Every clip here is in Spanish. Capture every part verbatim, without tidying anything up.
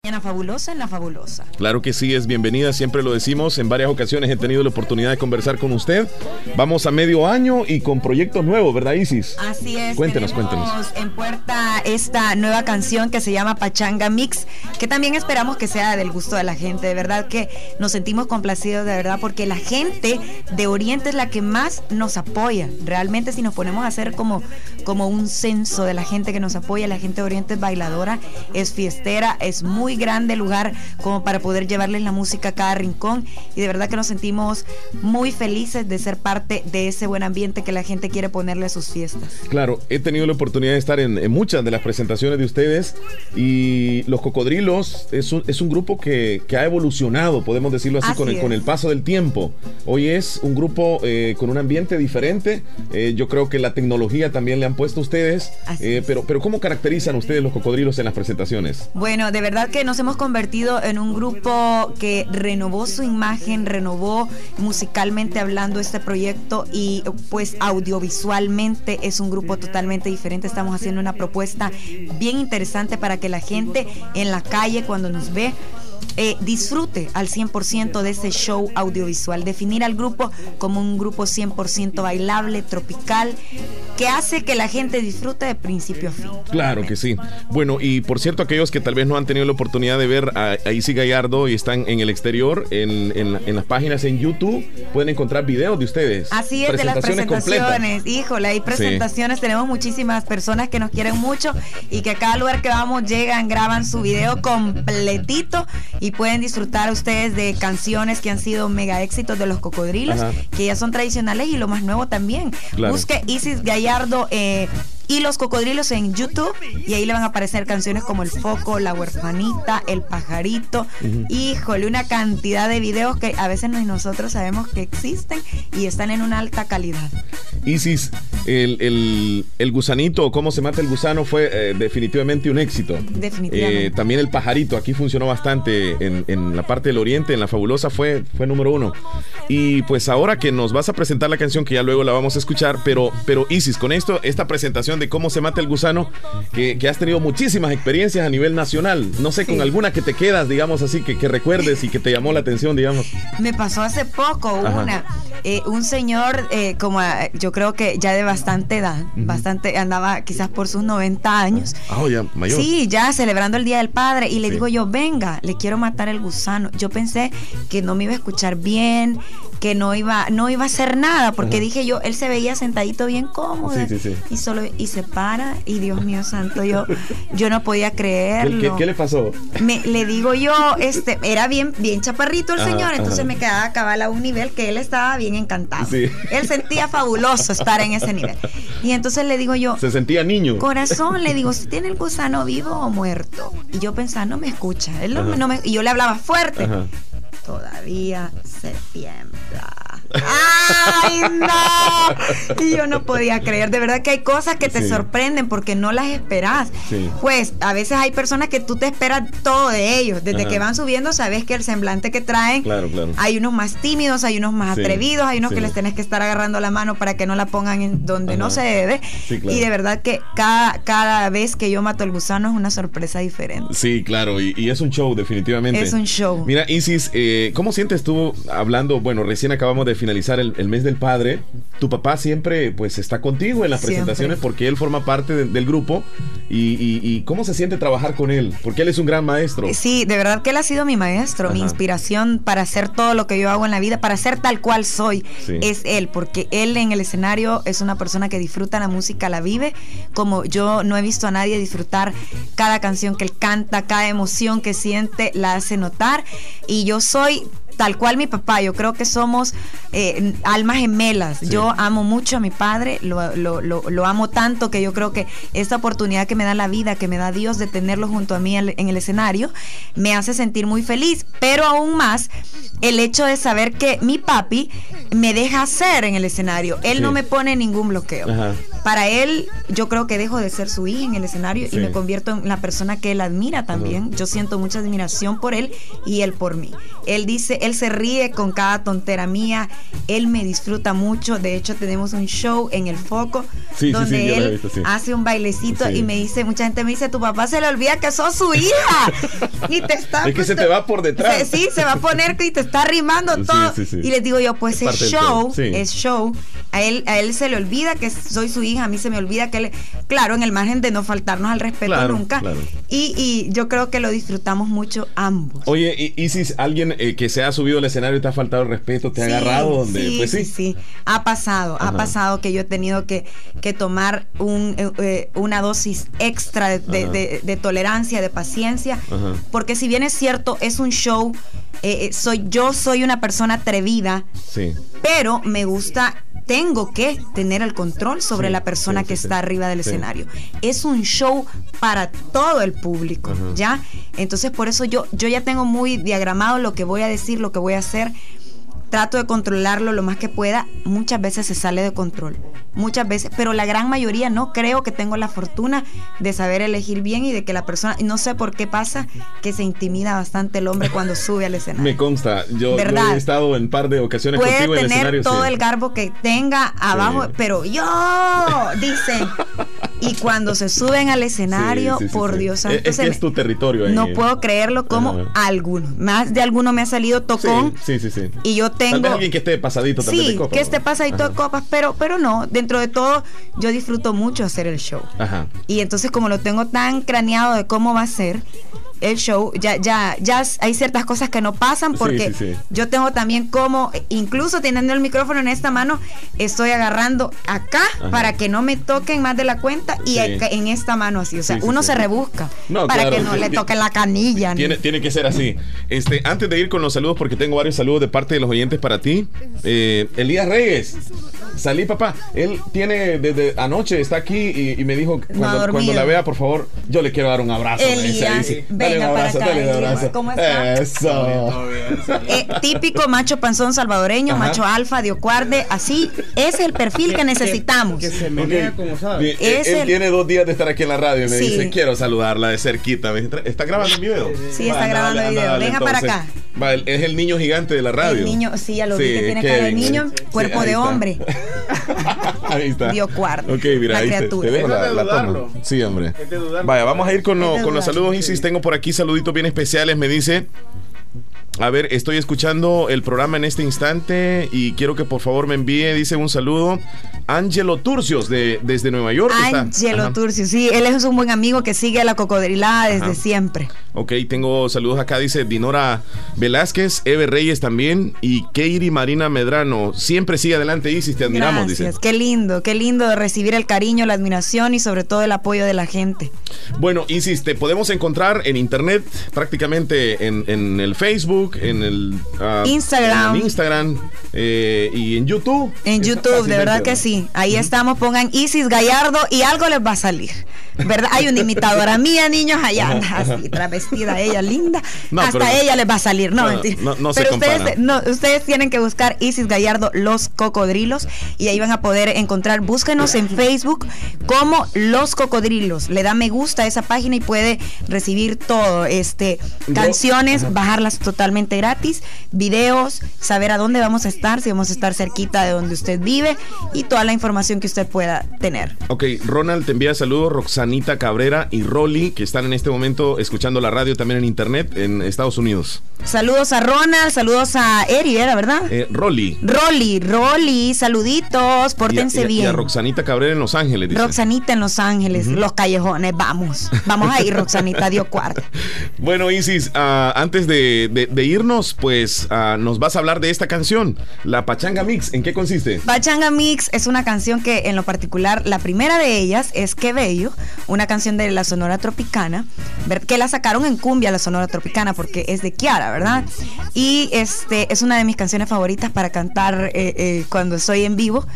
En la fabulosa, en la fabulosa. Claro que sí, es bienvenida, siempre lo decimos. En varias ocasiones he tenido la oportunidad de conversar con usted. Vamos a medio año y con proyectos nuevos, ¿verdad, Isis? Así es. Cuéntenos, cuéntenos. En puerta esta nueva canción que se llama Pachanga Mix, que también esperamos que sea del gusto de la gente. De verdad que nos sentimos complacidos, de verdad, porque la gente de Oriente es la que más nos apoya. Realmente, si nos ponemos a hacer como, como un censo de la gente que nos apoya, la gente de Oriente es bailadora, es fiestera, es muy grande el lugar como para poder llevarles la música a cada rincón, y de verdad que nos sentimos muy felices de ser parte de ese buen ambiente que la gente quiere ponerle a sus fiestas. Claro, he tenido la oportunidad de estar en, en muchas de las presentaciones de ustedes, y Los Cocodrilos es un, es un grupo que, que ha evolucionado, podemos decirlo así, así con, el, con el paso del tiempo. Hoy es un grupo eh, con un ambiente diferente, eh, yo creo que la tecnología también le han puesto a ustedes, eh, pero, pero ¿cómo caracterizan ustedes Los Cocodrilos en las presentaciones? Bueno, de verdad que nos hemos convertido en un grupo que renovó su imagen, renovó musicalmente hablando este proyecto, y pues audiovisualmente es un grupo totalmente diferente. Estamos haciendo una propuesta bien interesante para que la gente en la calle, cuando nos ve, Eh, disfrute al cien por ciento de ese show audiovisual. Definir al grupo como un grupo cien por ciento bailable, tropical, que hace que la gente disfrute de principio a fin. Claro que sí. Bueno, y por cierto, aquellos que tal vez no han tenido la oportunidad de ver a, a Isis Gallardo y están en el exterior, en, en, en las páginas en YouTube, pueden encontrar videos de ustedes. Así es, de las presentaciones. Completas. Híjole, hay presentaciones, sí. Tenemos muchísimas personas que nos quieren mucho y que a cada lugar que vamos llegan, graban su video completito, y pueden disfrutar ustedes de canciones que han sido mega éxitos de Los Cocodrilos, ajá, que ya son tradicionales, y lo más nuevo también. Claro. Busque Isis Gallardo eh, y Los Cocodrilos en YouTube, y ahí le van a aparecer canciones como El Foco, La Huerfanita, El Pajarito. Uh-huh. Híjole, una cantidad de videos que a veces ni nosotros sabemos que existen y están en una alta calidad. Isis, el, el, el gusanito, o Cómo se mata el gusano, fue eh, definitivamente un éxito. Definitivamente. Eh, también El Pajarito, aquí funcionó bastante en, en la parte del Oriente, en la Fabulosa fue, fue número uno. Y pues ahora que nos vas a presentar la canción, que ya luego la vamos a escuchar, pero, pero Isis, con esto, esta presentación de Cómo se mata el gusano, que, que has tenido muchísimas experiencias a nivel nacional, no sé, sí, con alguna que te quedas, digamos así, que, que recuerdes y que te llamó la atención, digamos. Me pasó hace poco una, eh, un señor, eh, como yo creo que ya de bastante edad, uh-huh, bastante, andaba quizás por sus noventa años. Ah, oh, ya mayor. Sí, ya celebrando el Día del Padre, y le sí. digo yo, venga, le quiero matar el gusano. Yo pensé que no me iba a escuchar bien, que no iba, no iba a hacer nada, porque uh-huh, dije yo, él se veía sentadito bien cómodo, sí, sí, sí. y solo y se para, y Dios mío santo, yo yo no podía creerlo. ¿Qué, qué, qué le pasó? Me, le digo yo, este, era bien, bien chaparrito el ajá, señor, entonces ajá, me quedaba cabal a un nivel que él estaba bien encantado. Sí. Él sentía fabuloso estar en ese nivel. Y entonces le digo yo, se sentía niño. Corazón, le digo, ¿si tiene el gusano vivo o muerto? Y yo pensaba, no me escucha. Él no, no me, y yo le hablaba fuerte. Ajá. Todavía se tiembla. ¡Ay, no! Y yo no podía creer, de verdad que hay cosas que te sí. sorprenden porque no las esperas. Sí. Pues a veces hay personas que tú te esperas todo de ellos. Desde ajá, que van subiendo sabes que el semblante que traen, claro, claro, hay unos más tímidos, hay unos más sí. atrevidos, hay unos sí. que les tenés que estar agarrando la mano para que no la pongan en donde ajá, no se debe. Sí, claro. Y de verdad que cada, cada vez que yo mato el gusano es una sorpresa diferente. Sí, claro, y, y es un show definitivamente. Es un show. Mira, Isis, eh, ¿cómo sientes tú hablando? Bueno, recién acabamos de finalizar el, el mes del padre. Tu papá siempre pues está contigo en las siempre. presentaciones porque él forma parte de, del grupo y, y, y ¿cómo se siente trabajar con él? Porque él es un gran maestro. Sí, de verdad que él ha sido mi maestro, ajá, mi inspiración para hacer todo lo que yo hago en la vida, para ser tal cual soy, sí. es él, porque él en el escenario es una persona que disfruta la música, la vive, como yo no he visto a nadie disfrutar cada canción que él canta, cada emoción que siente, la hace notar, y yo soy tal cual mi papá. Yo creo que somos eh, almas gemelas. Sí. Yo amo mucho a mi padre, lo, lo, lo, lo amo tanto que yo creo que esta oportunidad que me da la vida, que me da Dios de tenerlo junto a mí en el escenario, me hace sentir muy feliz, pero aún más el hecho de saber que mi papi me deja hacer en el escenario. Él sí. no me pone ningún bloqueo. Ajá. para él, yo creo que dejo de ser su hija en el escenario sí. y me convierto en la persona que él admira también. Uh-huh. Yo siento mucha admiración por él y él por mí. Él dice, él se ríe con cada tontera mía, él me disfruta mucho. De hecho, tenemos un show en El Foco sí, donde sí, sí, él visto, sí. hace un bailecito sí. y me dice, mucha gente me dice, tu papá se le olvida que sos su hija y te está es que se te va por detrás. Se, sí, se va a poner y te está rimando todo. Sí, sí, sí. Y les digo yo, pues es, es show, sí. es show. A él, a él se le olvida que soy su hija, a mí se me olvida que él, claro, en el margen de no faltarnos al respeto claro, nunca. Claro. Y, y yo creo que lo disfrutamos mucho ambos. Oye, y, y si alguien eh, que se ha subido al escenario y te ha faltado el respeto, te ha sí, agarrado donde, sí, pues sí. sí, sí. Ha pasado, Ajá. ha pasado que yo he tenido que, que tomar un, eh, una dosis extra de, de, de, de tolerancia, de paciencia, Ajá. porque si bien es cierto, es un show, eh, soy yo soy una persona atrevida, sí. pero me gusta. Tengo que tener el control sobre sí, la persona sí, que sí, está sí. arriba del sí. escenario. Es un show para todo el público, uh-huh. ¿ya? Entonces, por eso yo, yo ya tengo muy diagramado lo que voy a decir, lo que voy a hacer. Trato de controlarlo lo más que pueda. Muchas veces se sale de control. Muchas veces, pero la gran mayoría no. Creo que tengo la fortuna de saber elegir bien y de que la persona, no sé por qué pasa, que se intimida bastante el hombre cuando sube al escenario. Me consta. Yo, yo he estado en un par de ocasiones Puede contigo en el escenario. Puede tener todo sí. el garbo que tenga abajo, sí. pero yo, dicen. Y cuando se suben al escenario, sí, sí, sí, por sí. Dios santo. Es que es tu territorio. No ahí. puedo creerlo como uh-huh. alguno. Más de alguno me ha salido tocón. Sí, sí, sí. sí. Y yo tengo. Tal vez alguien que esté pasadito también sí, de copas. que esté pasadito Ajá. de copas, pero, pero no. Dentro de todo, yo disfruto mucho hacer el show. Ajá. Y entonces, como lo tengo tan craneado de cómo va a ser el show, ya, ya, ya hay ciertas cosas que no pasan porque sí, sí, sí. yo tengo también como, incluso teniendo el micrófono en esta mano, estoy agarrando acá Ajá. para que no me toquen más de la cuenta y sí. acá, en esta mano así, o sea, sí, sí, uno sí. se rebusca no, para claro, que no sí, le toque la canilla. Tiene, ¿no? tiene que ser así. Este, antes de ir con los saludos, porque tengo varios saludos de parte de los oyentes para ti, eh, Elías Reyes, salí papá, él tiene desde anoche, está aquí y, y me dijo, cuando, no cuando la vea, por favor, yo le quiero dar un abrazo. Elías, dale un abrazo, para acá, dale un abrazo. ¿Cómo está? Eso. Eh, típico macho panzón salvadoreño, Ajá. macho alfa, diocuarde, así, ese es el perfil que necesitamos. Que, que se menea como sabe. Él, él el... tiene dos días de estar aquí en la radio y me sí. dice, quiero saludarla de cerquita. ¿Está grabando el video? Sí, está Va, grabando el video. Venga para acá. Va, es el niño gigante de la radio. El niño, sí, ya lo sí, vi que tiene cara de niño, sí, cuerpo de está. hombre. Ahí está. Diocuarde. Ok, mira, ahí te, te dejo la, la toma. Sí, hombre. Vaya, vamos a ir con, lo, con los saludos, Isis. Tengo por aquí saluditos bien especiales. Me dice, a ver, estoy escuchando el programa en este instante y quiero que por favor me envíe, dice un saludo, Ángelo Turcios de, desde Nueva York. Ángelo Turcios, sí, él es un buen amigo que sigue a La Cocodrilada desde Ajá. siempre. Ok, tengo saludos acá, dice Dinora Velázquez, Eve Reyes también y Keiri Marina Medrano. Siempre sigue adelante, Isis, te admiramos, Gracias, dice. Qué lindo, qué lindo de recibir el cariño, la admiración y sobre todo el apoyo de la gente. Bueno, Isis, te podemos encontrar en internet, prácticamente en, en el Facebook, en el uh, Instagram, en Instagram eh, y en YouTube. En YouTube, de verdad que sí. Ahí uh-huh. estamos, pongan Isis Gallardo y algo les va a salir. ¿Verdad? Hay una imitadora mía, niños, allá anda así, travestida ella, linda. No, hasta pero, ella les va a salir. No, no mentira. No, no pero se ustedes, no, ustedes tienen que buscar Isis Gallardo, Los Cocodrilos, y ahí van a poder encontrar. Búsquenos en Facebook como Los Cocodrilos. Le da me gusta a esa página y puede recibir todo. Este, Yo, canciones, ajá. bajarlas totalmente gratis, videos, saber a dónde vamos a estar, si vamos a estar cerquita de donde usted vive y toda la información que usted pueda tener. Ok, Ronald te envía saludos, Roxanita Cabrera y Rolly, que están en este momento escuchando la radio también en internet en Estados Unidos. Saludos a Ronald, saludos a Eri, ¿era verdad? Eh, Rolly. Rolly, Rolly, saluditos, pórtense y a, y a, bien. Y a Roxanita Cabrera en Los Ángeles, dice. Roxanita en Los Ángeles, uh-huh. los callejones, vamos, vamos a ir, Roxanita, dio cuarto. Bueno, Isis, uh, antes de, de, de irnos, pues uh, nos vas a hablar de esta canción, la Pachanga Mix. ¿En qué consiste? Pachanga Mix es una canción que en lo particular, la primera de ellas es Qué Bello, una canción de la Sonora Tropicana, que la sacaron en cumbia la Sonora Tropicana porque es de Kiara, ¿verdad? Y este es una de mis canciones favoritas para cantar eh, eh, cuando estoy en vivo.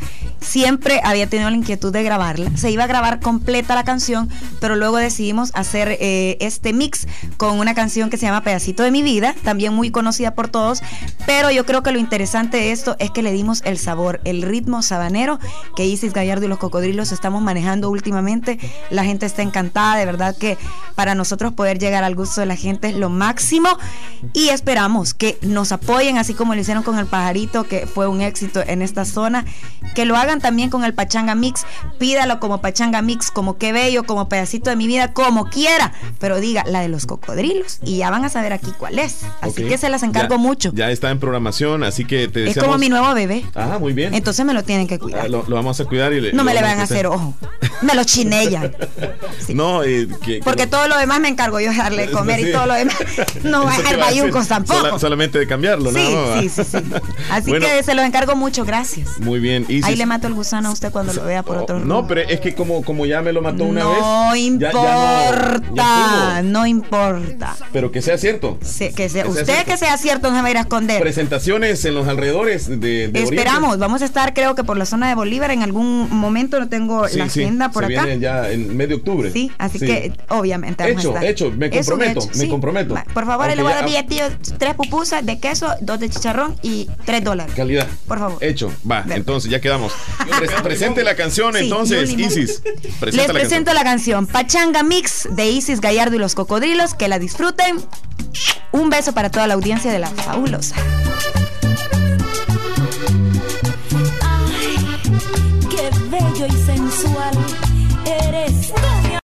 siempre había tenido la inquietud de grabarla. Se iba a grabar completa la canción, pero luego decidimos hacer eh, este mix con una canción que se llama Pedacito de mi vida, también muy conocida por todos, pero yo creo que lo interesante de esto es que le dimos el sabor, el ritmo sabanero que Isis Gallardo y los Cocodrilos estamos manejando últimamente. La gente está encantada, de verdad que para nosotros poder llegar al gusto de la gente es lo máximo, y esperamos que nos apoyen así como lo hicieron con el Pajarito, que fue un éxito en esta zona, que lo hagan también con el Pachanga Mix. Pídalo como Pachanga Mix, como Qué Bello, como Pedacito de mi vida, como quiera, pero diga la de los Cocodrilos y ya van a saber aquí cuál es. Así okay. que se las encargo ya, mucho. Ya está en programación, así que te deseamos... Es como mi nuevo bebé. Ah, muy bien. Entonces me lo tienen que cuidar. Ah, lo, lo vamos a cuidar y le, no me le van a hacer ojo. Me lo chinellan. Sí. No, eh, que, porque que todo lo demás me encargo yo de darle de comer sí. y todo lo demás. No va a dejar bayuncos tampoco. Sola, solamente de cambiarlo, sí, ¿no? Sí, sí, sí. Así bueno, que se los encargo mucho, gracias. Muy bien. Isis, ahí le mato el gusano a usted cuando lo vea por otro lado. No, pero es que como, como ya me lo mató una no vez. No importa, ya, ya no, no importa. Pero que sea cierto. Sí, que sea, que usted sea que sea cierto, no se va a ir a esconder. Presentaciones en los alrededores de, de Esperamos, Oriente. Vamos a estar creo que por la zona de Bolívar en algún momento, no tengo sí, la sí, agenda por se acá. Viene ya en medio octubre. Sí, así sí. que obviamente vamos hecho, a estar. Hecho, me comprometo, hecho, me sí. comprometo. Por favor, okay, le voy a dar billetillos, tres pupusas de queso, dos de chicharrón y tres dólares. Calidad. Por favor. Hecho, va, Ver. entonces ya quedamos. Presente la canción sí, entonces, Isis. Les la presento canción. la canción Pachanga Mix de Isis Gallardo y los Cocodrilos, que la disfruten. Un beso para toda la audiencia de La Fabulosa. Ay, qué bello y sensual eres tú.